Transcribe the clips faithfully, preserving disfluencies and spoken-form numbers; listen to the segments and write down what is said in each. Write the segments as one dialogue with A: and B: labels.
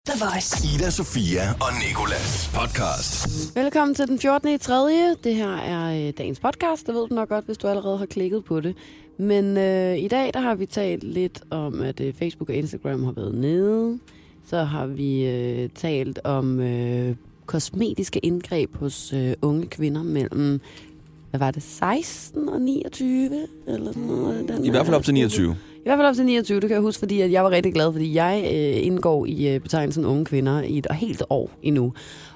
A: The Voice. Ida, Sofia og Nicolas podcast.
B: Velkommen til den fjortende i tredje Det her er øh, dagens podcast. Det ved du nok godt, hvis du allerede har klikket på det. Men øh, i dag der har vi talt lidt om, at øh, Facebook og Instagram har været nede. Så har vi øh, talt om øh, kosmetiske indgreb hos øh, unge kvinder mellem, hvad var det, seksten og niogtyve? Eller noget, den
C: I hvert fald op til niogtyve.
B: I hvert fald op til niogtyve, det kan jeg huske, fordi at jeg var rigtig glad, fordi jeg øh, indgår i øh, betegnelsen unge kvinder i et helt år endnu.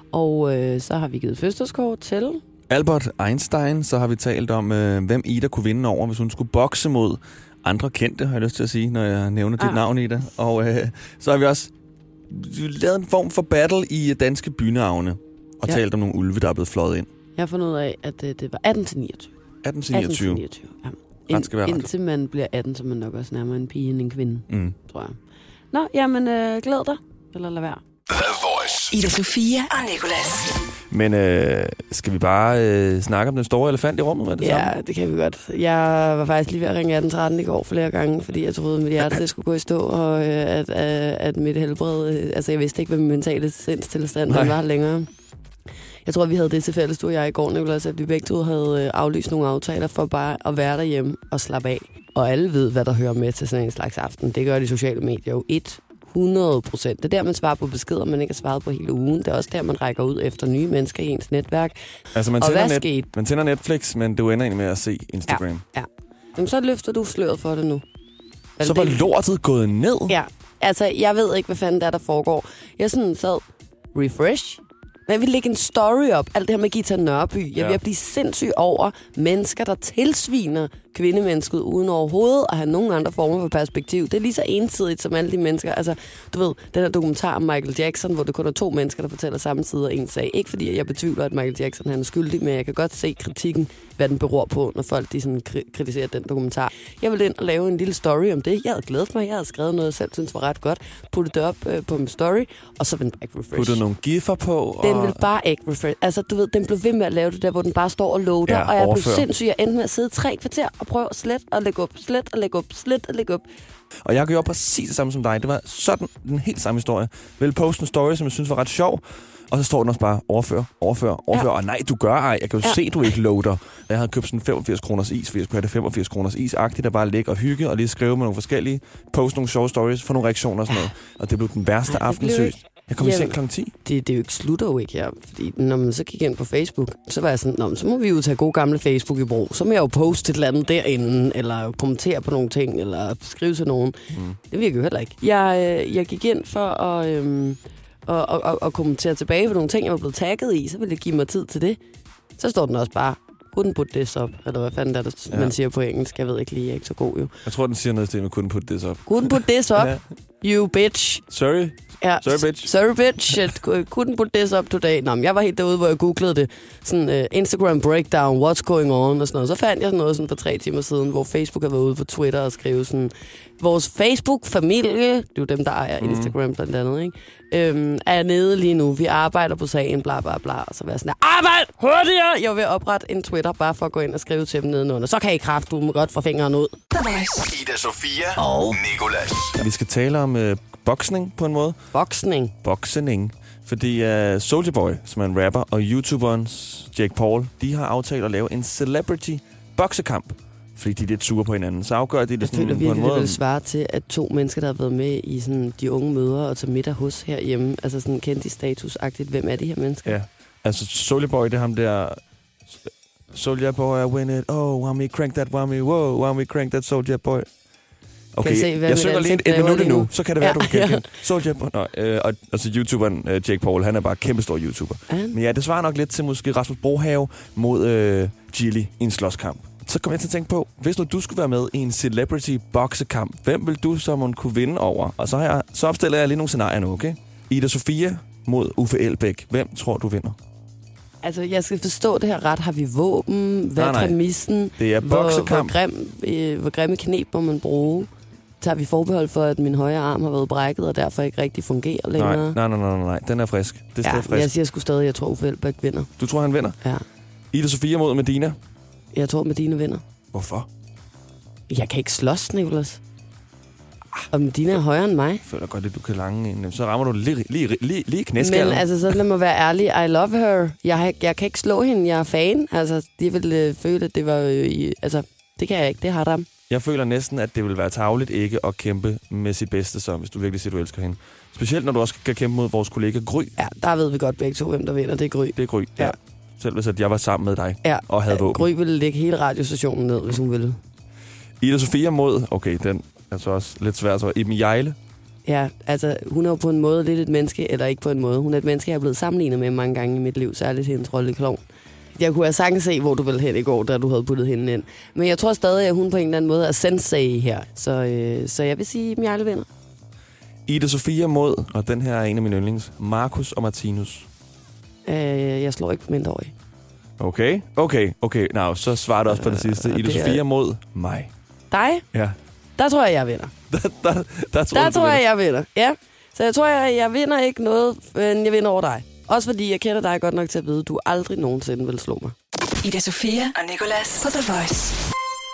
B: Og øh, så har vi givet fødselskort til
C: Albert Einstein. Så har vi talt om, øh, hvem Ida kunne vinde over, hvis hun skulle bokse mod andre kendte, har jeg lyst til at sige, når jeg nævner dit ah. navn, Ida. Og øh, så har vi også lavet en form for battle i danske bynavne, og ja. talt om nogle ulve, der er blevet fløjet ind.
B: Jeg har fundet ud af, at øh, det var atten til niogtyve
C: atten til niogtyve
B: atten til niogtyve ja. Ind, indtil man bliver atten, så man nok også nærmere en pige end en kvinde, mm. tror jeg. Nå, jamen øh, glæd dig, eller lad være.
A: The Voice. Ida, Sofia og Nicolas.
C: Men øh, skal vi bare øh, snakke om den store elefant i rummet med det
B: Ja,
C: samme?
B: det kan vi godt. Jeg var faktisk lige ved at ringe atten tretten i går flere gange, fordi jeg troede, at mit hjerte det skulle gå i stå, og øh, at, at, at mit helbred... Øh, altså, jeg vidste ikke, hvad min mentale sindstilstand var længere. Jeg tror, vi havde det til fælles, du og jeg i går, Nicolas, at vi begge to havde aflyst nogle aftaler for bare at være derhjemme og slappe af. Og alle ved, hvad der hører med til sådan en slags aften. Det gør de sociale medier jo hundrede procent. Det er der, man svarer på beskeder, man ikke har svaret på hele ugen. Det er også der, man rækker ud efter nye mennesker i ens netværk.
C: Altså, man,
B: og
C: tænder,
B: hvad
C: net,
B: skete?
C: man tænder Netflix, men du ender egentlig med at se Instagram.
B: Ja, ja. Jamen, så løfter du sløret for det nu.
C: Altså, så var det... lortet gået ned?
B: Ja, altså, jeg ved ikke, hvad fanden der, der foregår. Jeg sådan sad, refresh. Men vi lægger en story op, alt det her med Gita Nørby. Jeg vil ja. blive sindssyg over mennesker, der tilsviner kvindemennesket uden overhovedet at have nogen andre former for perspektiv. Det er lige så ensidigt som alle de mennesker. Altså, du ved, den her dokumentar om Michael Jackson, hvor det kun er to mennesker, der fortæller samme side af en sag. Ikke fordi jeg betvivler, at Michael Jackson han er skyldig, men jeg kan godt se kritikken, hvad den beror på, når folk de sådan kritiserer den dokumentar. Jeg ville ind og lave en lille story om det. Jeg havde glædet mig, jeg havde skrevet noget, jeg selv synes var ret godt. Puttet det op øh, på min story, og så vendte ikke refresh.
C: Puttet nogle giffer på. Og...
B: Den vil bare ikke refresh. Altså, du ved, den blev ved med at lave det der, hvor den bare står og loader, ja, og jeg overfør. blev sindssyg. Jeg endte med at sidde tre kvarter og prøve at slet og lægge op, slet og lægge op, slet og lægge op.
C: Og jeg gjorde præcis det samme som dig. Det var sådan den helt samme historie. Jeg ville poste en story, som jeg synes var ret sjov, og så står den også bare, overfør, overfør, overfør. Ja. Og nej, du gør ej. Jeg kan jo ja. se, du ikke loader. Jeg havde købt sådan femogfirs kroners is, fordi jeg skulle have det femogfirs kroners is-agtigt, der bare ligge og hygge, og lige skrive med nogle forskellige, poste nogle sjove stories, få nogle reaktioner og sådan noget. Og det blev den værste
B: Ej,
C: aften, seriøst. Jeg kom i seng klokken ti.
B: Det, det er jo ikke slutter jo ikke her, fordi når man så gik ind på Facebook, så var jeg sådan, Nå, så må vi jo tage god gamle Facebook i brug. Så må jeg jo poste et eller andet derinde, eller kommentere på nogle ting, eller skrive til nogen. Mm. Det virker jo heller ikke. Jeg, jeg gik ind for at, øhm, og, og, og, og kommentere tilbage på nogle ting, jeg var blevet tagget i, så ville det give mig tid til det. Så står den også bare, couldn't put this up, eller hvad fanden der, der ja. man siger på engelsk. Jeg ved ikke lige, jeg er ikke så god jo.
C: Jeg tror, den siger noget til, at couldn't put this up.
B: Couldn't put this up, ja. You bitch.
C: Sorry.
B: Ja,
C: sorry bitch.
B: Sorry bitch. Shit, couldn't put this up today. Nå, men jeg var helt derude, hvor jeg googlede det. Sådan uh, Instagram breakdown, what's going on og sådan noget. Så fandt jeg sådan noget sådan for tre timer siden, hvor Facebook har været ude på Twitter og skrev sådan, vores Facebook-familie, det er jo dem, der ejer mm. Instagram blandt andet, ikke? Øhm, er nede lige nu. Vi arbejder på sagen, bla bla bla. Og så var jeg sådan, arbejde hurtigere! Jeg vil oprette en Twitter, bare for at gå ind og skrive til dem nedenunder. Så kan I kraft, du må godt få fingeren ud.
A: Ida, Sofia og Nicolas.
C: Vi skal tale om øh, boksning på en måde.
B: Boksning?
C: Boksning. Fordi uh, Soulja Boy, som er en rapper, og YouTuberen Jake Paul, de har aftalt at lave en celebrity boksekamp. Fordi de er lidt sure på hinanden. Så afgør de det sådan
B: virkelig,
C: på en måde.
B: Det vil svare til, at to mennesker, der har været med i sådan, de unge mødre og til middag hos herhjemme, altså sådan kendte statusagtigt. Hvem er de her mennesker?
C: Ja, altså Soulja Boy, det er ham der... Soulja Boy, I win it. Oh, want me crank that, want me, wow, want me crank that Soulja Boy. Okay, se, jeg synger lige et minut nu, så kan det være, ja, du kan kende. Soulja Boy. Nå, øh, og altså YouTuberen øh, Jake Paul, han er bare kæmpestor YouTuber. Uh. Men ja, det svarer nok lidt til måske Rasmus Brohave mod øh, Gilly i en slåskamp. Så kom jeg til at tænke på, hvis nu du skulle være med i en celebrity boksekamp, hvem vil du så kunne vinde over? Og så, har jeg, så opstiller jeg lige nogle scenarier nu, okay? Ida Sofia mod Uffe Elbæk. Hvem tror du vinder?
B: Altså, jeg skal forstå det her ret. Har vi våben? Hvad er præmissen?
C: Det er boksekamp.
B: Hvor, hvor, grim, øh, hvor grimme knep må man bruge? Tager vi forbehold for, at min højre arm har været brækket, og derfor ikke rigtig fungerer længere?
C: Nej, nej, nej, nej, nej. Den er frisk. Det er
B: ja,
C: frisk.
B: Jeg siger sgu stadig, at jeg tror, Uffe Elbæk vinder.
C: Du tror, han vinder?
B: Ja.
C: Ida Sofia mod Medina?
B: Jeg tror, Medina vinder.
C: Hvorfor?
B: Jeg kan ikke slås, Nicolas. Om dine er højere end mig.
C: Jeg føler godt, at du kan lange en. Så rammer du lige, lige, lige, lige knæskallen.
B: Men altså, så lad mig være ærlig. I love her. Jeg, jeg kan ikke slå hende. Jeg er fan. Altså, de vil øh, føle, at det var... Øh, i, altså, det kan jeg ikke. Det har dem.
C: Jeg føler næsten, at det vil være tarveligt ikke at kæmpe med sit bedste, så hvis du virkelig siger, du elsker hende. Specielt når du også skal kæmpe mod vores kollega Gry.
B: Ja, der ved vi godt begge to, hvem der vinder. Det er Gry.
C: Det er Gry, ja. ja. Selv hvis jeg var sammen med dig
B: ja.
C: og havde våben.
B: Gry ville lægge hele radiostationen ned, hvis hun ville.
C: Ida Sofia mod... Okay, den er så også lidt svært. Så Iben Hjejle.
B: Ja, altså hun er jo på en måde lidt et menneske, eller ikke på en måde. Hun er et menneske, jeg er blevet sammenlignet med mange gange i mit liv, særligt hendes rolle i Klovn. Jeg kunne have sagtens se, hvor du ville hen i går, da du havde puttet hende ind. Men jeg tror stadig, at hun på en eller anden måde er sensei her. Så, øh, så jeg vil sige, at Mjejle vinder.
C: Ida Sofia mod, og den her er en af mine yndlings, Marcus og Martinus.
B: Øh, jeg slår ikke mindreårig.
C: Okay, okay, okay. Nå, så svarer du også på den sidste. Ida Sofia er... mod mig.
B: Dig?
C: Ja.
B: Der tror jeg, jeg vinder.
C: der, der, der tror,
B: der
C: du,
B: tror jeg, jeg vinder. Ja. Så jeg tror, jeg, jeg vinder ikke noget, men jeg vinder over dig. Også fordi jeg kender dig godt nok til at vide, at du aldrig nogensinde vil slå mig.
D: Ida Sofia og Nicolas på The Voice.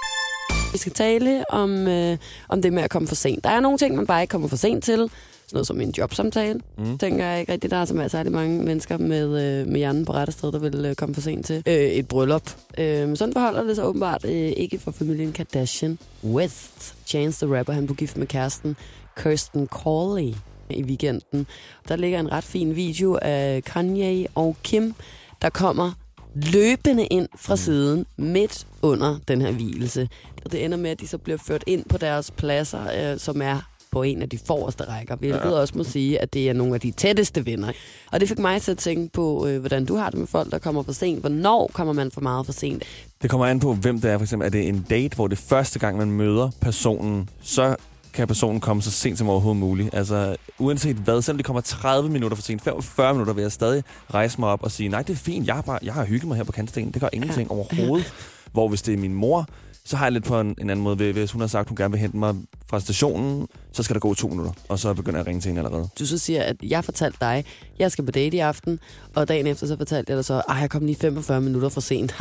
B: Vi skal tale om, øh, om det med at komme for sent. Der er nogle ting, man bare ikke kommer for sent til. Sådan noget som en jobsamtale. Mm. Tænker jeg ikke rigtig, der er så særlig mange mennesker med, øh, med hjernen på rette sted, der vil øh, komme for sent til. Øh, et bryllup. Øh, sådan forholder det sig åbenbart øh, ikke for familien Kardashian West. Chance the Rapper, han blev gift med kæresten Kirsten Cawley i weekenden. Der ligger en ret fin video af Kanye og Kim, der kommer løbende ind fra siden midt under den her hvilelse. Og det ender med, at de så bliver ført ind på deres pladser, øh, som er på en af de forreste rækker, hvilket ja. også må sige, at det er nogle af de tætteste venner. Og det fik mig til at tænke på, øh, hvordan du har det med folk, der kommer for sent. Hvornår kommer man for meget for sent?
C: Det kommer an på, hvem det er. For eksempel er det en date, hvor det første gang, man møder personen, så kan personen komme så sent som overhovedet muligt. Altså, uanset hvad, selvom de kommer tredive minutter for sent, femogfyrre minutter, vil jeg stadig rejse mig op og sige, nej, det er fint, jeg har, bare, jeg har hygget mig her på kantstenen, det gør ingenting ja. overhovedet. Ja. Hvor hvis det er min mor, så har jeg lidt på en, en anden måde, hvis hun har sagt, hun gerne vil hente mig fra stationen, så skal der gå to minutter, og så begynder jeg at ringe til hende allerede.
B: Du så siger, at jeg fortalte dig, jeg skal på date i aften, og dagen efter så fortalte jeg dig så, at jeg kom lige femogfyrre minutter for sent.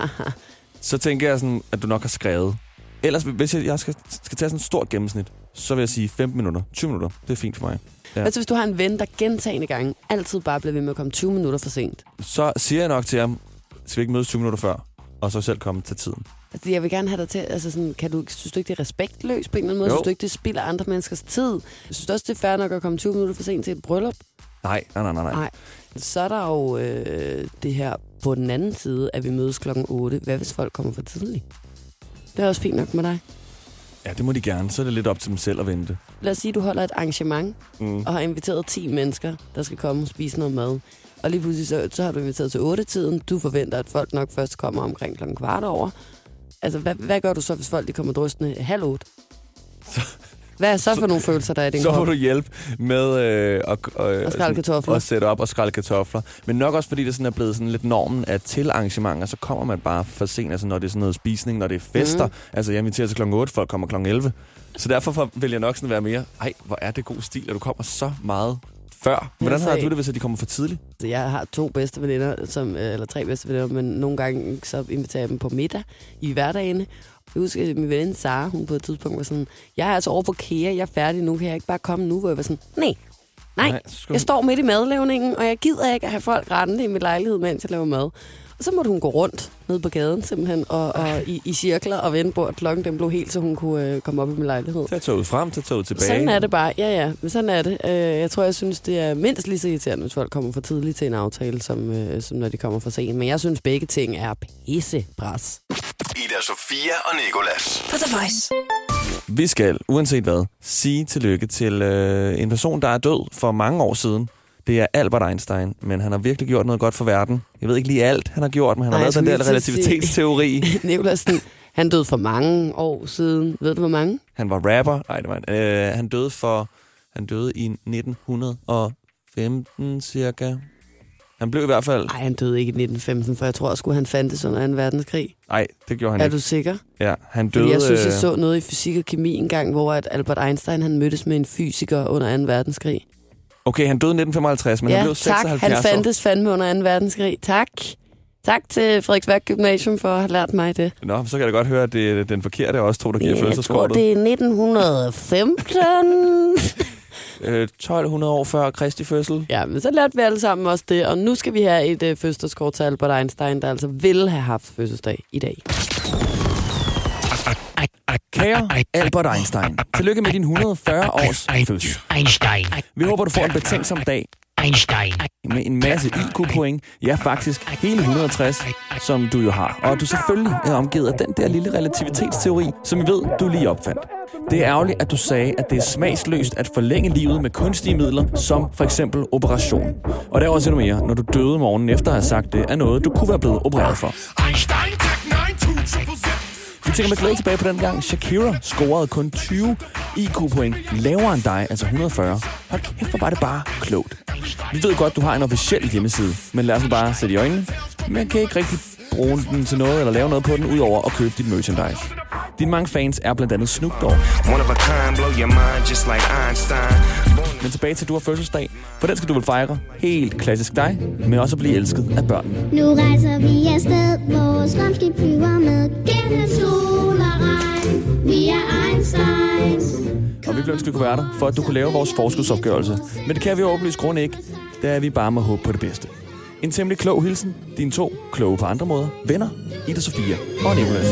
C: Så tænker jeg sådan, at du nok har skrevet. Ellers, hvis jeg, jeg skal, skal tage sådan et stort gennemsnit, så vil jeg sige femten minutter, tyve minutter. Det er fint for mig. Ja.
B: Altså, hvis du har en ven, der gentagne gange altid bare bliver ved med at komme tyve minutter for sent.
C: Så siger jeg nok til ham, skal vi ikke mødes tyve minutter før, og så selv komme til tiden.
B: Altså, jeg vil gerne have dig til, altså sådan, kan du, synes du ikke, det er respektløst på en eller anden måde?
C: Jo.
B: Synes du ikke, det spilder andre menneskers tid? Synes du også, det er fair nok at komme tyve minutter for sent til et bryllup?
C: Nej, nej, nej, nej.
B: nej. Så er der jo øh, det her på den anden side, at vi mødes klokken otte. Hvad hvis folk kommer for tidligt? Det er også fint nok med dig.
C: Ja, det må de gerne. Så er det lidt op til dem selv at vente.
B: Lad os sige, at du holder et arrangement, mm. og har inviteret ti mennesker, der skal komme og spise noget mad. Og lige pludselig så, så har du inviteret til otte-tiden. Du forventer, at folk nok først kommer omkring klokken kvart over. Altså, hvad, hvad gør du så, hvis folk de kommer drøstende halv otte?
C: Så,
B: hvad er så for så, nogle følelser, der er i din
C: Så
B: krop?
C: må du hjælpe med øh, at, øh,
B: og skrælle kartofler.
C: Og sætte op og skrælle kartofler. Men nok også, fordi det sådan er blevet sådan lidt normen, at til arrangementer, så kommer man bare for sent. Altså, når det er sådan noget spisning, når det er fester. Mm. Altså, jeg inviterer til klokken otte, folk kommer klokken elleve. Så derfor vil jeg nok sådan være mere, ej, hvor er det god stil, at du kommer så meget før. Hvordan har du det, hvis de kommer for tidligt?
B: Jeg har to bedste veninder, som, eller tre bedste veninder, men nogle gange så inviterer jeg dem på middag i hverdagene. Jeg husker, at min veninde Sara, hun på et tidspunkt var sådan, jeg er altså over på Kea, jeg er færdig nu, kan jeg ikke bare komme nu? Hvor jeg var sådan, nej, nej, nej jeg står midt i madlavningen, og jeg gider ikke at have folk rendende i min lejlighed, mens jeg laver mad. Og så måtte hun gå rundt ned på gaden simpelthen, og, og i, i cirkler og vende bort. Klokken den blev helt, så hun kunne øh, komme op i min lejlighed.
C: Tag toget frem, tag toget tilbage.
B: Sådan er det bare, ja ja, men sådan er det. Øh, jeg tror, jeg synes, det er mindst lige så irriterende, hvis folk kommer for tidligt til en aftale, som, øh, som når de kommer for sent. Men jeg synes, begge ting er pissebras.
A: Ida Sofia og Nicolas.
D: For The Voice.
C: Vi skal, uanset hvad, sige tillykke til øh, en person, der er død for mange år siden. Det er Albert Einstein, men han har virkelig gjort noget godt for verden. Jeg ved ikke lige alt, han har gjort, men han Ej, har lavet den der relativitetsteori.
B: Nicolas, han døde for mange år siden. Ved du, hvor mange?
C: Han var rapper. Nej, det var han. Øh, han døde for... Han døde i nitten femten cirka. Han blev i hvert fald...
B: Nej, han døde ikke i nitten femten, for jeg tror også, han fandtes under anden verdenskrig.
C: Nej, det gjorde han
B: er
C: ikke.
B: Er du sikker?
C: Ja, han døde...
B: Fordi jeg synes, jeg så noget i fysik og kemi engang, hvor at Albert Einstein han mødtes med en fysiker under anden verdenskrig.
C: Okay, han døde i nitten femoghalvtreds, men
B: ja,
C: han blev seksoghalvfjerds
B: tak.
C: år.
B: Han fandtes fandme under anden verdenskrig. Tak. Tak til Frederiksværk Gymnasium for at have lært mig det.
C: Nå, så kan jeg da godt høre, at det er den forkerte af os to, der giver fødselskortet.
B: Jeg tror, det er nitten femten.
C: øh, tolv hundrede år før Kristi fødsel.
B: Ja, men så lærte vi alle sammen også det. Og nu skal vi have et øh, fødselskort til Albert Einstein, der altså ville have haft fødselsdag i dag.
C: Kære Albert Einstein, tillykke med din et hundrede og fyrre års fødsel.
E: Einstein.
C: Vi håber, du får en betænksom dag
E: Einstein.
C: med en masse I Q-point. Ja, faktisk hele et hundrede og tres, som du jo har. Og du selvfølgelig er omgivet af den der lille relativitetsteori, som vi ved, du lige opfandt. Det er ærgerligt, at du sagde, at det er smagsløst at forlænge livet med kunstige midler, som for eksempel operation. Og der er også endnu mere, når du døde morgenen efter at have sagt det, er noget, du kunne være blevet opereret for. Vi tænker med glæde tilbage på den gang. Shakira scorede kun tyve I Q-point lavere end dig, altså et hundrede og fyrre. Hold kæft, hvor var det bare klogt. Vi ved godt, du har en officiel hjemmeside, men lad os bare sætte i øjnene. Man kan ikke rigtig bruge den til noget eller lave noget på den, udover at købe dit merchandise. Dine mange fans er blandt andet Snoop Dogg. Men tilbage til, at du har fødselsdag, for den skal du vel fejre helt klassisk dig, men også at blive elsket af børnene.
F: Nu rejser vi afsted, vores rumskib flyver med gennem sol og regn. Vi er Einsteins.
C: Og vi ville ønske, at vi kunne være der, for at du kunne lave vores forskudsopgørelse. Men det kan vi jo oplyse grund ikke, da er vi bare må håbe på det bedste. En temmelig klog hilsen, dine to kloge på andre måder, venner, Ida Sofia og Nicolas.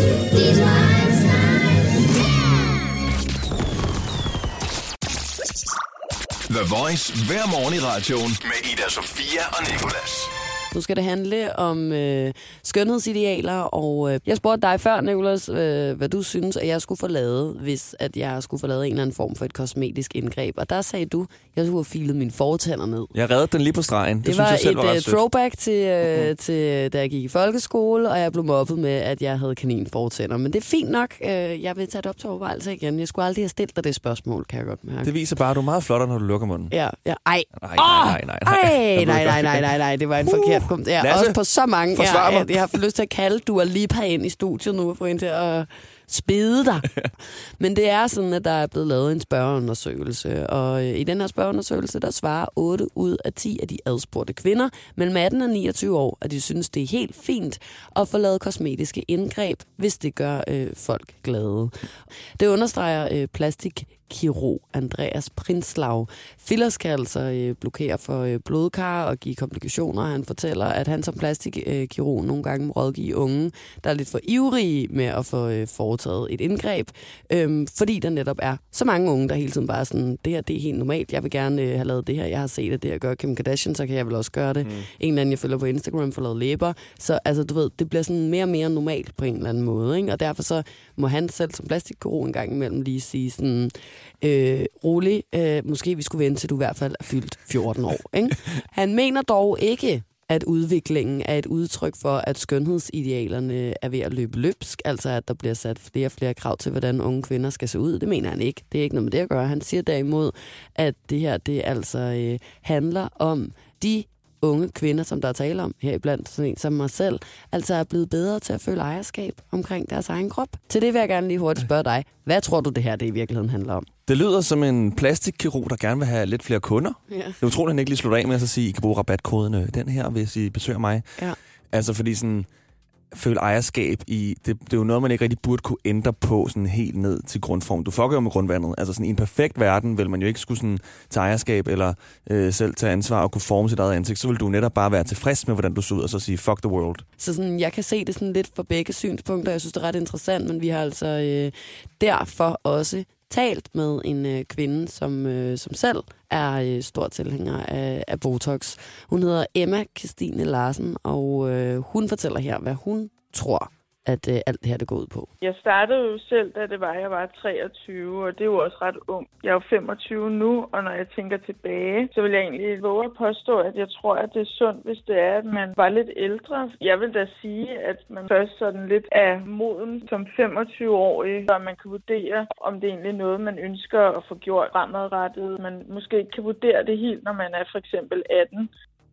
A: The Voice hver morgen i radioen med Ida Sofia og Nicolas.
B: Nu skal det handle om øh, skønhedsidealer, og øh, jeg spurgte dig før, Nicolas, øh, hvad du synes, at jeg skulle få lavet, hvis at jeg skulle få lavet en eller anden form for et kosmetisk indgreb. Og der sagde du, at jeg skulle have filet mine fortænder ned.
C: Jeg reddede den lige på stregen. Det,
B: det
C: synes
B: var
C: jeg selv
B: et
C: var
B: uh, throwback til, uh, mm-hmm. til, da jeg gik i folkeskole, og jeg blev mobbet med, at jeg havde kaninfortænder. Men det er fint nok. Uh, jeg vil tage det op til overvejelse igen. Jeg skulle aldrig have stillet dig det spørgsmål, kan jeg godt mærke.
C: Det viser bare, at du er meget flottere, når du lukker munden.
B: Ja, ja. Ej.
C: Nej, nej, nej, nej.
B: Ej, nej, nej, nej, nej, nej. Det var en uh, forkert kommentar. Ja, også på så mange. Ja, jeg, jeg har lyst til at kalde Dua Lipa ind i studiet nu, og få ind til at spide dig. Men det er sådan, at der er blevet lavet en spørgeundersøgelse, og i den her spørgeundersøgelse, der svarer otte ud af ti af de adspurgte kvinder mellem atten og niogtyve år, at de synes, det er helt fint at få lavet kosmetiske indgreb, hvis det gør øh, folk glade. Det understreger øh, plastikkirurg Andreas Prinslav. Fillers kan altså øh, blokere for øh, blodkar og give komplikationer. Han fortæller, at han som plastikkirurg nogle gange må rådgive unge, der er lidt for ivrige med at få øh, foretaget et indgreb, øh, fordi der netop er så mange unge, der hele tiden bare sådan, det her det er helt normalt, jeg vil gerne øh, have lavet det her, jeg har set at det her gør Kim Kardashian, så kan jeg vel også gøre det. Mm. En eller anden, jeg følger på Instagram, får lavet læber. Så altså, du ved, det bliver sådan mere og mere normalt på en eller anden måde, ikke? Og derfor så må han selv som plastikkirurg en gang imellem lige sige sådan, øh, rolig, øh, måske vi skulle vente til du i hvert fald er fyldt fjorten år, ikke? Han mener dog ikke, at udviklingen er et udtryk for, at skønhedsidealerne er ved at løbe løbsk, altså at der bliver sat flere og flere krav til, hvordan unge kvinder skal se ud. Det mener han ikke. Det er ikke noget med det at gøre. Han siger derimod, at det her det altså øh, handler om de unge kvinder, som der er tale om, heriblandt sådan en som mig selv, altså er blevet bedre til at føle ejerskab omkring deres egen krop. Til det vil jeg gerne lige hurtigt spørge dig. Hvad tror du, det her det i virkeligheden handler om?
C: Det lyder som en plastikkirurg, der gerne vil have lidt flere kunder.
B: Ja.
C: Det er utroligt, at han ikke lige slutter af med at sige, I kan bruge rabatkoden den her, hvis I besøger mig.
B: Ja.
C: Altså fordi sådan, føle ejerskab i, det, det er jo noget, man ikke rigtig burde kunne ændre på sådan helt ned til grundform. Du fucker jo med grundvandet. Altså sådan i en perfekt verden vil man jo ikke skulle sådan tage ejerskab eller øh, selv tage ansvar og kunne forme sit eget ansigt. Så vil du netop bare være tilfreds med, hvordan du ser ud og så sige, fuck the world.
B: Så sådan, jeg kan se det sådan lidt fra begge synspunkter. Jeg synes, det er ret interessant, men vi har altså øh, derfor også talt med en øh, kvinde, som, øh, som selv er øh, stor tilhænger af, af Botox. Hun hedder Emma Christine Larsen, og øh, hun fortæller her, hvad hun tror, at øh, alt det her det går ud på.
G: Jeg startede jo selv, da det var, jeg var treogtyve, og det er jo også ret ung. Jeg er jo femogtyve nu, og når jeg tænker tilbage, så vil jeg egentlig våge at påstå, at jeg tror, at det er sundt, hvis det er, at man var lidt ældre. Jeg vil da sige, at man først sådan lidt er moden som femogtyve-årig, så man kan vurdere, om det egentlig er noget, man ønsker at få gjort fremadrettet. Man måske ikke kan vurdere det helt, når man er for eksempel atten.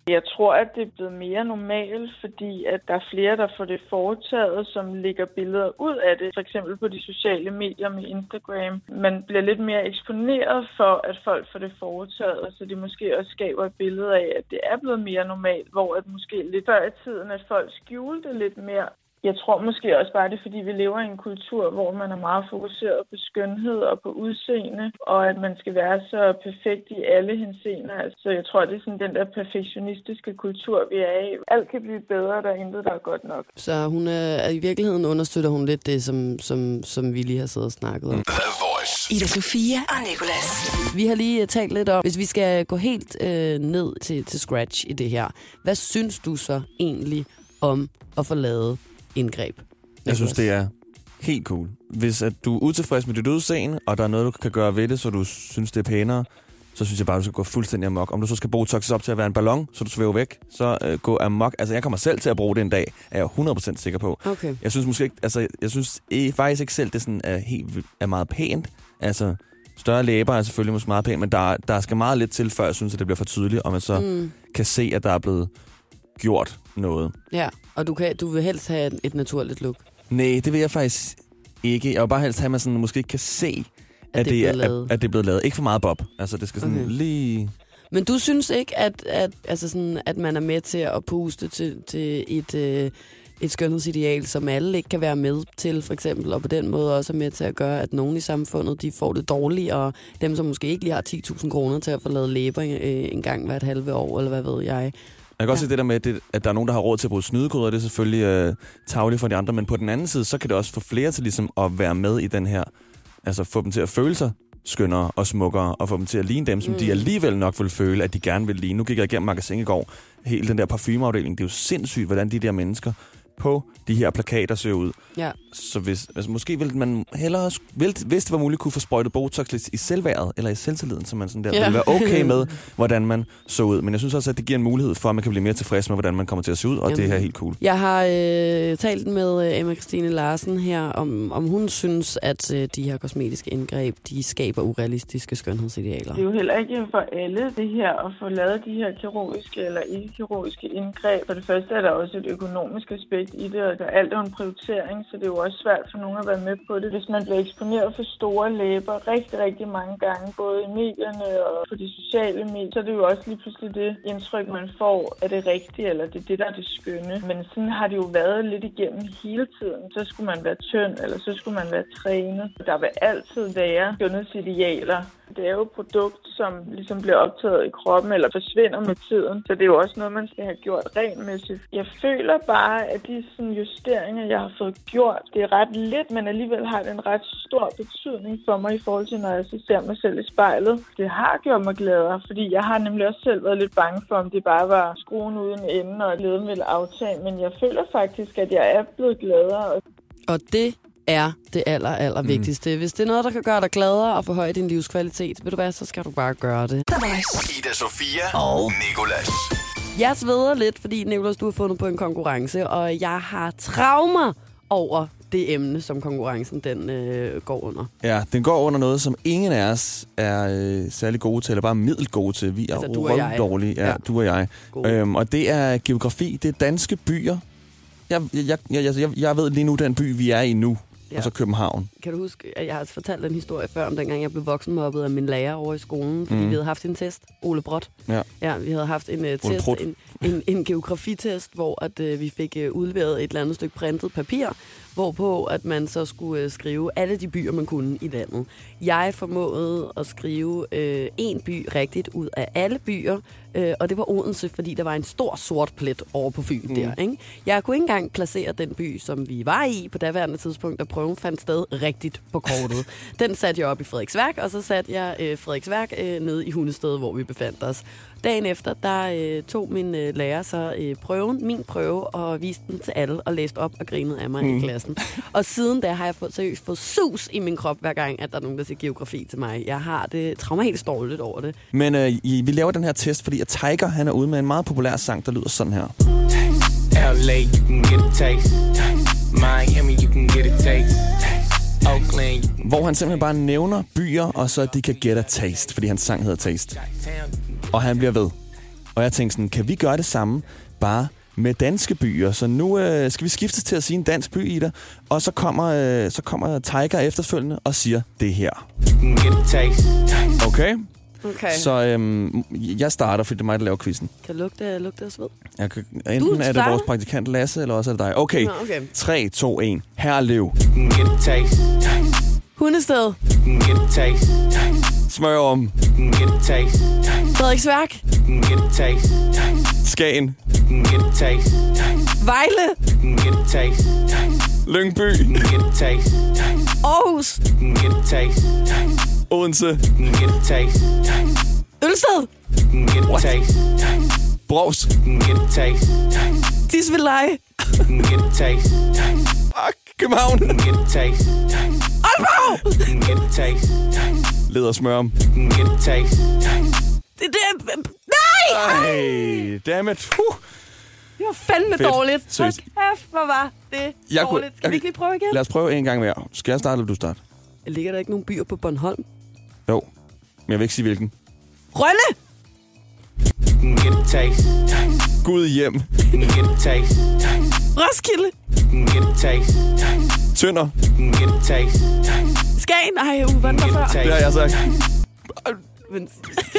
G: Jeg tror, at det er blevet mere normalt, fordi at der er flere, der får det foretaget, som lægger billeder ud af det. For eksempel på de sociale medier med Instagram. Man bliver lidt mere eksponeret for, at folk får det foretaget, så det måske også skaber et billede af, at det er blevet mere normalt, hvor at måske lidt før i tiden, at folk skjulte lidt mere. Jeg tror måske også bare, det er, fordi vi lever i en kultur, hvor man er meget fokuseret på skønhed og på udseende, og at man skal være så perfekt i alle henseender. Så jeg tror, det er sådan den der perfektionistiske kultur, vi er i. Alt kan blive bedre, der er intet, der er godt nok.
B: Så hun er, i virkeligheden understøtter hun lidt det, som, som, som vi lige har siddet og snakket om.
A: The Voice.
D: Ida Sofia og Nicolas.
B: Vi har lige talt lidt om, hvis vi skal gå helt øh, ned til, til scratch i det her. Hvad synes du så egentlig om at få lavet indgreb?
C: Jeg synes, det er helt cool. Hvis at du er utilfreds med dit udseende, og der er noget, du kan gøre ved det, så du synes, det er pænere, så synes jeg bare, du skal gå fuldstændig amok. Om du så skal botoxes op til at være en ballon, så du svæver væk, så øh, gå amok. Altså, jeg kommer selv til at bruge det en dag, er jeg hundrede procent sikker på.
B: Okay.
C: Jeg synes måske ikke, altså, jeg synes eh, faktisk ikke selv, det sådan er, helt, er meget pænt. Altså, større læber er selvfølgelig måske meget pænt, men der, der skal meget lidt til, før jeg synes, at det bliver for tydeligt, og man så mm. kan se, at der er blevet gjort noget.
B: Ja, og du, kan, du vil helst have et, et naturligt look.
C: Nej, det vil jeg faktisk ikke. Jeg vil bare helst have, at man sådan, måske kan se, at, at, det, er, at, at det er blevet lavet. Ikke for meget bob. Altså, det skal sådan okay. lige...
B: Men du synes ikke, at, at, altså sådan, at man er med til at puste til, til et, øh, et skønhedsideal, som alle ikke kan være med til, for eksempel, og på den måde også er med til at gøre, at nogen i samfundet, de får det dårligt, og dem, som måske ikke lige har ti tusind kroner til at få lavet læber øh, en gang hvert halve år, eller hvad ved jeg...
C: Jeg kan også ja. se det der med, det, at der er nogen, der har råd til at bruge snydekoder, det er selvfølgelig øh, tarveligt for de andre, men på den anden side, så kan det også få flere til ligesom at være med i den her, altså få dem til at føle sig skønnere og smukkere, og få dem til at ligne dem, som mm. de alligevel nok vil føle, at de gerne vil ligne. Nu gik jeg igennem Magasin i går, hele den der parfumeafdeling, det er jo sindssygt, hvordan de der mennesker på de her plakater ser ud.
B: Ja.
C: Så hvis, altså måske ville man hellere, hvis det var muligt, kunne få sprøjtet Botox lidt i selvværdet, eller i selvtilliden, så man sådan der ja. ville være okay med, hvordan man så ud. Men jeg synes også, at det giver en mulighed for, at man kan blive mere tilfreds med, hvordan man kommer til at se ud, og Jamen. det her er helt cool.
B: Jeg har øh, talt med Emma Christine Larsen her, om, om hun synes, at øh, de her kosmetiske indgreb, de skaber urealistiske skønhedsidealer.
G: Det er jo heller ikke for alle det her at få lavet de her kirurgiske eller ikke-kirurgiske indgreb. For det første er der også et økonomisk aspekt i det, og der alt er en prioritering, så det er jo også svært for nogen at være med på det. Hvis man bliver eksponeret for store læber rigtig, rigtig mange gange, både i medierne og på de sociale medier, så er det jo også lige pludselig det indtryk, man får, er det rigtigt, eller det er det, der er det skønne. Men sådan har det jo været lidt igennem hele tiden. Så skulle man være tynd, eller så skulle man være trænet. Der vil altid være skønhedsidealer. Det er jo et produkt, som ligesom bliver optaget i kroppen eller forsvinder med tiden. Så det er jo også noget, man skal have gjort regelmæssigt. Jeg føler bare, at de sådan, justeringer, jeg har fået gjort, det er ret lidt, men alligevel har det en ret stor betydning for mig i forhold til, når jeg så ser mig selv i spejlet. Det har gjort mig gladere, fordi jeg har nemlig også selv været lidt bange for, om det bare var skruen uden ende, og glæden ville aftage. Men jeg føler faktisk, at jeg er blevet gladere.
B: Og det er det aller, aller mm. vigtigste. Hvis det er noget, der kan gøre dig gladere og forhøje din livskvalitet, ved du hvad, så skal du bare gøre det.
A: Ida Sofia og Nicolas.
B: Jeg sveder lidt, fordi Nicolas, du har fundet på en konkurrence, og jeg har traumer over det emne, som konkurrencen den øh, går under. Ja, den går under noget, som ingen af os er øh, særlig gode til, eller bare middelgode til. Vi er altså, røvdårlige. Ja, ja, du og jeg. Øhm, og det er geografi. Det er danske byer. Jeg, jeg, jeg, jeg, jeg ved lige nu, den by, vi er i nu. Ja. Og så København. Kan du huske, at jeg har fortalt en historie før, om dengang jeg blev voksenmobbet af min lærer over i skolen, fordi mm. vi havde haft en test, Ole Brot. Ja. Ja, vi havde haft en uh, test, en, en, en geografitest, hvor at, uh, vi fik uh, udleveret et eller andet stykke printet papir, hvorpå at man så skulle uh, skrive alle de byer, man kunne i landet. Jeg formåede at skrive uh, en by rigtigt ud af alle byer, uh, og det var Odense, fordi der var en stor sort plet over på Fyn mm. der. Ikke? Jeg kunne ikke engang placere den by, som vi var i på daværende tidspunkt, og prøven fandt sted rigtigt på kortet. Den satte jeg op i Frederiksværk, og så satte jeg øh, Frederiksværk øh, nede i Hundested, hvor vi befandt os. Dagen efter, der øh, tog min øh, lærer så øh, prøven, min prøve, og viste den til alle, og læste op og grinede af mig mm. i klassen. Og siden da har jeg fået, seriøst fået sus i min krop, hver gang, at der er nogen, der siger geografi til mig. Jeg har det traumer helt ståligt over det. Men øh, vi laver den her test, fordi at Tiger, han er ude med en meget populær sang, der lyder sådan her. L A, you can get a taste. Miami, you can get a taste. Oakland. Hvor han simpelthen bare nævner byer, og så de kan get a taste, fordi hans sang hedder Taste. Og han bliver ved.
C: Og jeg tænkte sådan, kan vi gøre det samme, bare med danske byer? Så nu øh, skal vi skiftes til at sige en dansk by, Ida. Og så kommer, øh, så kommer Tiger efterfølgende og siger det her. Okay?
B: Okay.
C: Så øhm, jeg starter, fordi det er mig, der laver quizzen.
B: Kan du lugte, lugte af sved?
C: Jeg kan, enten er det vores praktikant Lasse, eller også er det dig. Okay,
B: Nå, okay.
C: tre, to, et. Herlev.
B: Hundested.
C: Smørum.
B: Frederiksværk.
C: Skagen.
B: Vejle.
C: Lyngby.
B: Aarhus.
C: Odense.
B: Ølsted.
C: Brovs.
B: Tisvildeleje.
C: Fuck, København.
B: Aalborg.
C: Ledersmørum.
B: Det er... Nej!
C: Ej, dammit. Uh.
B: Det var fandme
C: Fedt.
B: dårligt.
C: Seriøst.
B: Kæft, hvor var det
C: Jeg
B: dårligt.
C: kunne-
B: Skal
C: jeg-
B: vi ikke lige prøve igen?
C: Lad os prøve en gang mere. Skal jeg starte, eller du starte?
B: Ligger der ikke nogen byer på Bornholm?
C: Jo, men jeg vil ikke sige hvilken.
B: Rønne!
C: Gud hjem.
B: Roskilde!
C: Tønder.
B: Skagen! Ej, hun vandt der før.
C: Det har jeg sagt.
B: Men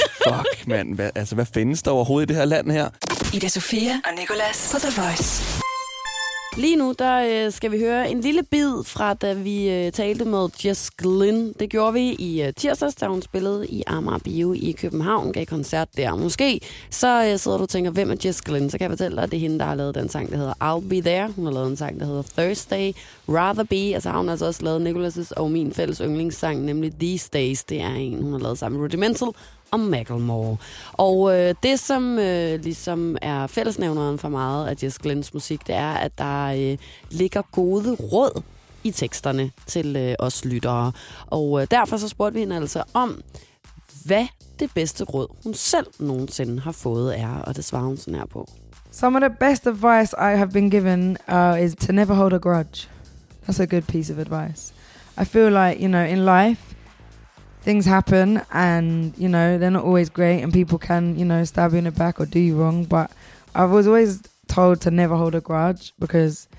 C: Fuck, mand. Hvad, altså, hvad findes der overhovedet i det her land her?
D: Ida Sofia og Nicolas på The Voice.
B: lige nu, der øh, skal vi høre en lille bid fra, da vi øh, talte med Jess Glynne. Det gjorde vi i øh, tirsdags, da hun spillede i Amager Bio i København, gav koncert der. Måske så øh, sidder du og tænker, hvem er Jess Glynne? Så kan jeg fortælle dig, at det er hende, der har lavet den sang, der hedder I'll Be There. Hun har lavet en sang, der hedder Thursday, Rather Be. Altså har hun altså også lavet Nicolas' og min fælles yndlingssang, nemlig These Days. Det er en, hun har lavet sammen med Rudimental og Macklemore. Og øh, det, som øh, ligesom er fællesnævneren for meget af Jess Glynnes musik, det er, at der øh, ligger gode råd i teksterne til øh, os lyttere. Og øh, derfor så spurgte vi hende altså om, hvad det bedste råd, hun selv nogensinde har fået er, og det svarer hun sådan her på.
E: Some of the best advice I have been given uh, is to never hold a grudge. That's a good piece of advice. I feel like, you know, in life, things happen and, you know, they're not always great and people can, you know, stab you in the back or do you wrong. But I was always told to never hold a grudge because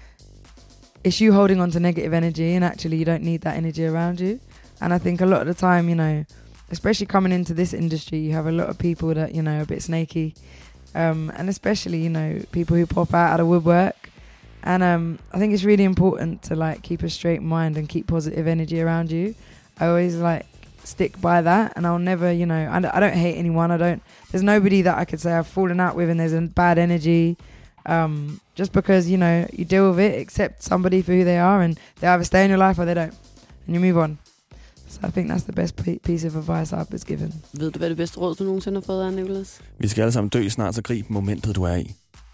E: it's you holding on to negative energy and actually you don't need that energy around you. And I think a lot of the time, you know, especially coming into this industry, you have a lot of people that, you know, are a bit snaky. Um, and especially, you know, people who pop out of the woodwork. And um, I think it's really important to, like, keep a straight mind and keep positive energy around you. I always, like, stick by that, and I'll never, you know, I, I don't hate anyone. I don't, there's nobody that I could say I've fallen out with and there's a bad energy. Um, just because, you know, you deal with it, accept somebody for who they are, and they either stay in your life or they don't. And you move on. So I think that's the best piece of advice I've been given.
B: Ved du, hvad det bedste råd, du nogensinde har fået af, Nicolas?
C: Vi skal alle sammen dø snart, så grib momentet, du er i.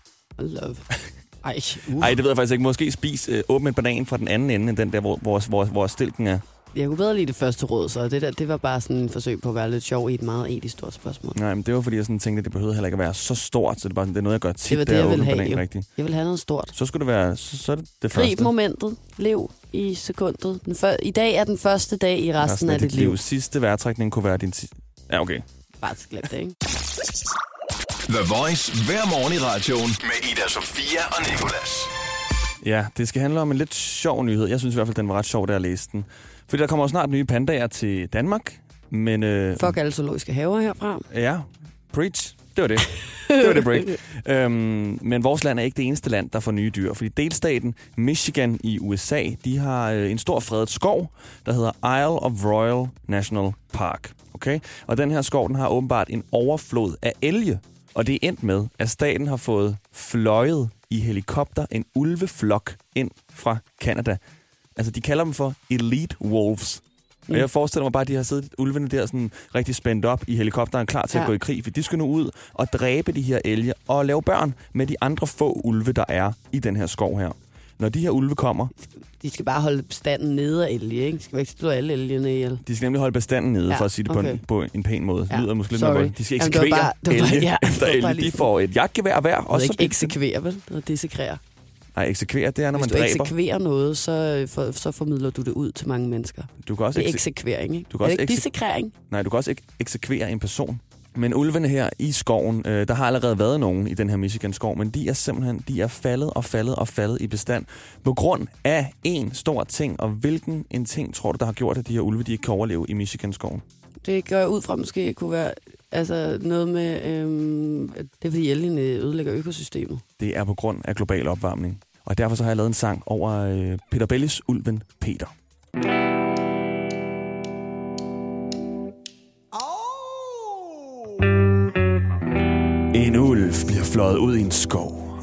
B: Love. Ej, uh.
C: Ej, det ved jeg faktisk ikke. Måske spis øh, åbne en banan fra den anden ende, end den der, hvor, hvor, hvor, hvor stilken er.
B: Jeg kunne bedre lide det første råd, så det der, det var bare sådan en forsøg på at være lidt sjov i et meget etisk stort spørgsmål.
C: Nej, men det var fordi, jeg sådan tænkte, at det behøvede heller ikke at være så stort, så det er, bare, det er noget, jeg gør tit,
B: det var det,
C: der
B: jeg
C: åbne
B: ville have,
C: bananen
B: jo.
C: rigtigt.
B: Jeg vil have noget stort.
C: Så skulle det være, så, så er det det
B: Grib
C: første.
B: momentet. Lev i sekundet. Den før, I dag er den første dag i resten, resten af, af dit liv. liv.
C: Sidste vejrtrækning kunne være din sidste. Ja, okay.
B: Bare glem det, ikke?
A: The Voice hver morgen i radioen med Ida Sofia og Nicolas.
C: Ja, det skal handle om en lidt sjov nyhed. Jeg synes i hvert fald, den var ret sjov, da jeg læste den. Fordi der kommer jo snart nye pandaer til Danmark. Men, øh,
B: Fuck alle zoologiske haver herfra.
C: Ja, preach. Det var det. Det var det break. øhm, men vores land er ikke det eneste land, der får nye dyr. Fordi delstaten Michigan i U S A, de har øh, en stor fredet skov, der hedder Isle of Royal National Park. Okay? Og den her skov, den har åbenbart en overflod af elge. Og det er endt med, at staten har fået fløjet i helikopter en ulveflok ind fra Canada. Altså, de kalder dem for Elite Wolves. Og jeg forestiller mig bare, at de har siddet ulvene der sådan rigtig spændt op i helikopteren, klar til ja. at gå i krig. For de skal nu ud og dræbe de her elge og lave børn med de andre få ulve, der er i den her skov her. Når de her ulve kommer...
B: De skal bare holde bestanden nede af elge, ikke? De skal ikke slå alle elgene ihjel.
C: De skal nemlig holde bestanden nede, ja, for at sige det okay. på, en, på en pæn måde. Ja. Lyder måske lidt mere. De skal eksekvere elge ja, efter elge. De får et jagtgevær hver. Og
B: så
C: ikke
B: eksekvere, vel? Det er desekreere.
C: Nej, eksekvere, det er, når
B: Hvis
C: man dræber.
B: Hvis du eksekverer noget, så, for, så formidler du det ud til mange mennesker.
C: Du kan også
B: det er
C: ekse-
B: eksekvering, ikke?
C: Du kan
B: er
C: også
B: det ikke
C: ekse-
B: dissekrering?
C: Nej, du kan også ek- eksekvere en person. Men ulvene her i skoven, øh, der har allerede været nogen i den her Michigan-skov, men de er simpelthen de er faldet og faldet og faldet i bestand på grund af en stor ting. Og hvilken en ting tror du, der har gjort, at de her ulve de ikke kan overleve i Michigan-skoven?
B: Det gør jeg ud fra måske kunne være altså noget med, øhm, det er fordi elgene ødelægger økosystemet.
C: Det er på grund af global opvarmning. Og derfor så har jeg lavet en sang over øh, Peter Bellis ulven Peter. En ulv bliver fløjet ud i en skov.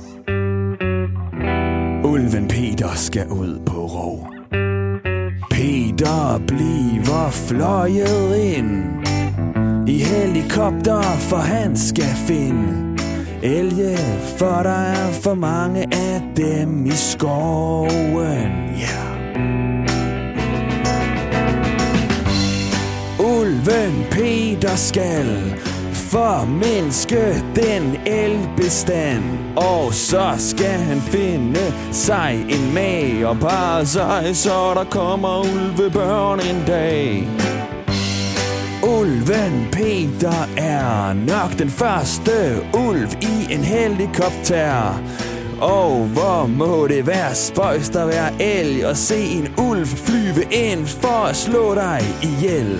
C: Ulven Peter skal ud på rov. Peter bliver fløjet ind i helikopter, for han skal finde elge, for der er for mange af dem i skoven. Yeah. Ulven Peter skal formindske den elbestand, og så skal han finde sig en mag og parre sig, så der kommer ulvebørn en dag. Ulven Peter er nok den første ulv i en helikopter. Og hvor må det være spøjst at være elg og se en ulv flyve ind for at slå dig ihjel.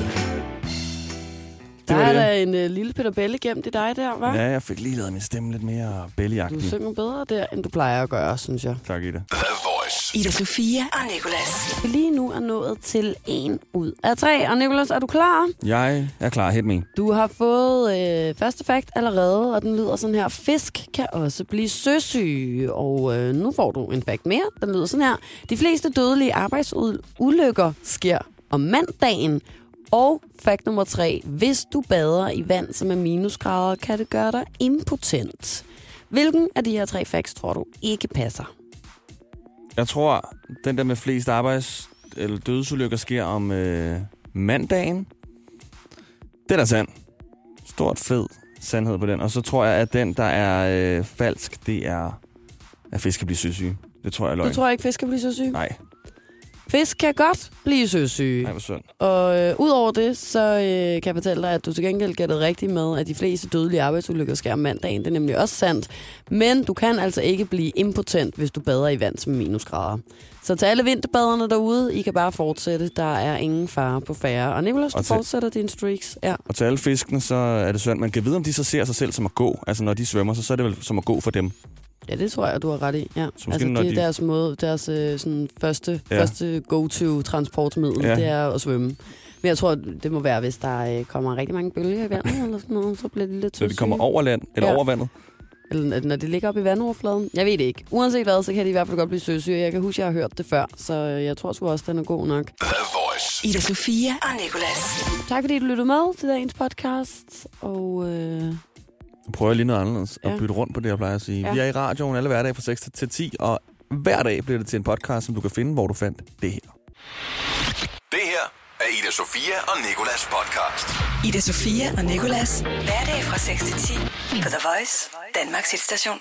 B: Der er der en uh, lille Peter Belle gemt i dig der, hva'?
C: Ja, jeg fik lige lavet min stemme lidt mere bellyagtig.
B: Du synger bedre der, end du plejer at gøre, synes jeg.
C: Tak, Ida.
A: The Voice.
D: Ida Sofia og Nicolas.
B: Lige nu er nået til en ud af tre. Og Nicolas, er du klar?
C: Jeg er klar. Hit me.
B: Du har fået øh, første fakt allerede, og den lyder sådan her. Fisk kan også blive søsyge. Og øh, nu får du en fakt mere. Den lyder sådan her. De fleste dødelige arbejdsulykker sker om mandagen. Og fakt nummer tre. Hvis du bader i vand, som er minusgrader, kan det gøre dig impotent. Hvilken af de her tre facts tror du ikke passer?
C: Jeg tror, den der med flest arbejds- eller dødsulykker sker om øh, mandagen. Det er da sand. Stort fed sandhed på den. Og så tror jeg, at den, der er øh, falsk, det er, at fisk kan blive søsyge. Det tror jeg er løgn.
B: Du tror ikke, fisk kan blive søsyge?
C: Nej.
B: Fisk kan godt blive søsyge.
C: Nej, hvor synd.
B: Og øh, udover det, så øh, kan jeg fortælle dig, at du til gengæld gættede rigtigt med, at de fleste dødelige arbejdsulykker sker om mandagen. Det er nemlig også sandt. Men du kan altså ikke blive impotent, hvis du bader i vand som minusgrader. Så til alle vinterbaderne derude, I kan bare fortsætte. Der er ingen fare på færre. Og Nicolas, du til... fortsætter dine streaks. Ja.
C: Og til alle fiskene, så er det synd. Man kan vide, om de så ser sig selv som at gå. Altså når de svømmer, så, så er det vel som at gå for dem.
B: Ja, det tror jeg, du har ret i. Ja.
C: Så
B: altså, det er
C: de...
B: deres måde, deres øh, sådan, første,
C: ja.
B: første go-to-transportmiddel, ja. Det er at svømme. Men jeg tror, det må være, hvis der øh, kommer rigtig mange bølger i vandet, eller sådan noget, så bliver det lidt
C: så de kommer over land, eller ja. over vandet?
B: Eller når det ligger op i vandoverfladen. Jeg ved det ikke. Uanset hvad, så kan de i hvert fald godt blive søsyge. Jeg kan huske, jeg har hørt det før, så jeg tror sgu også, den er god nok.
A: The Voice.
D: Ida Sofia og Nicolas.
B: Tak fordi du lyttede med til dagens podcast, og... Øh
C: Jeg prøver lige noget anderledes
B: ja.
C: at bytte rundt på det, jeg plejer at sige. Ja. Vi er i radioen alle hverdage fra seks til ti, og hver dag bliver det til en podcast, som du kan finde, hvor du fandt det her.
A: Det her er Ida Sofia og Nicolas podcast.
D: Ida Sofia og Nicolas. Hverdag fra seks til ti på The Voice, Danmarks hitstation.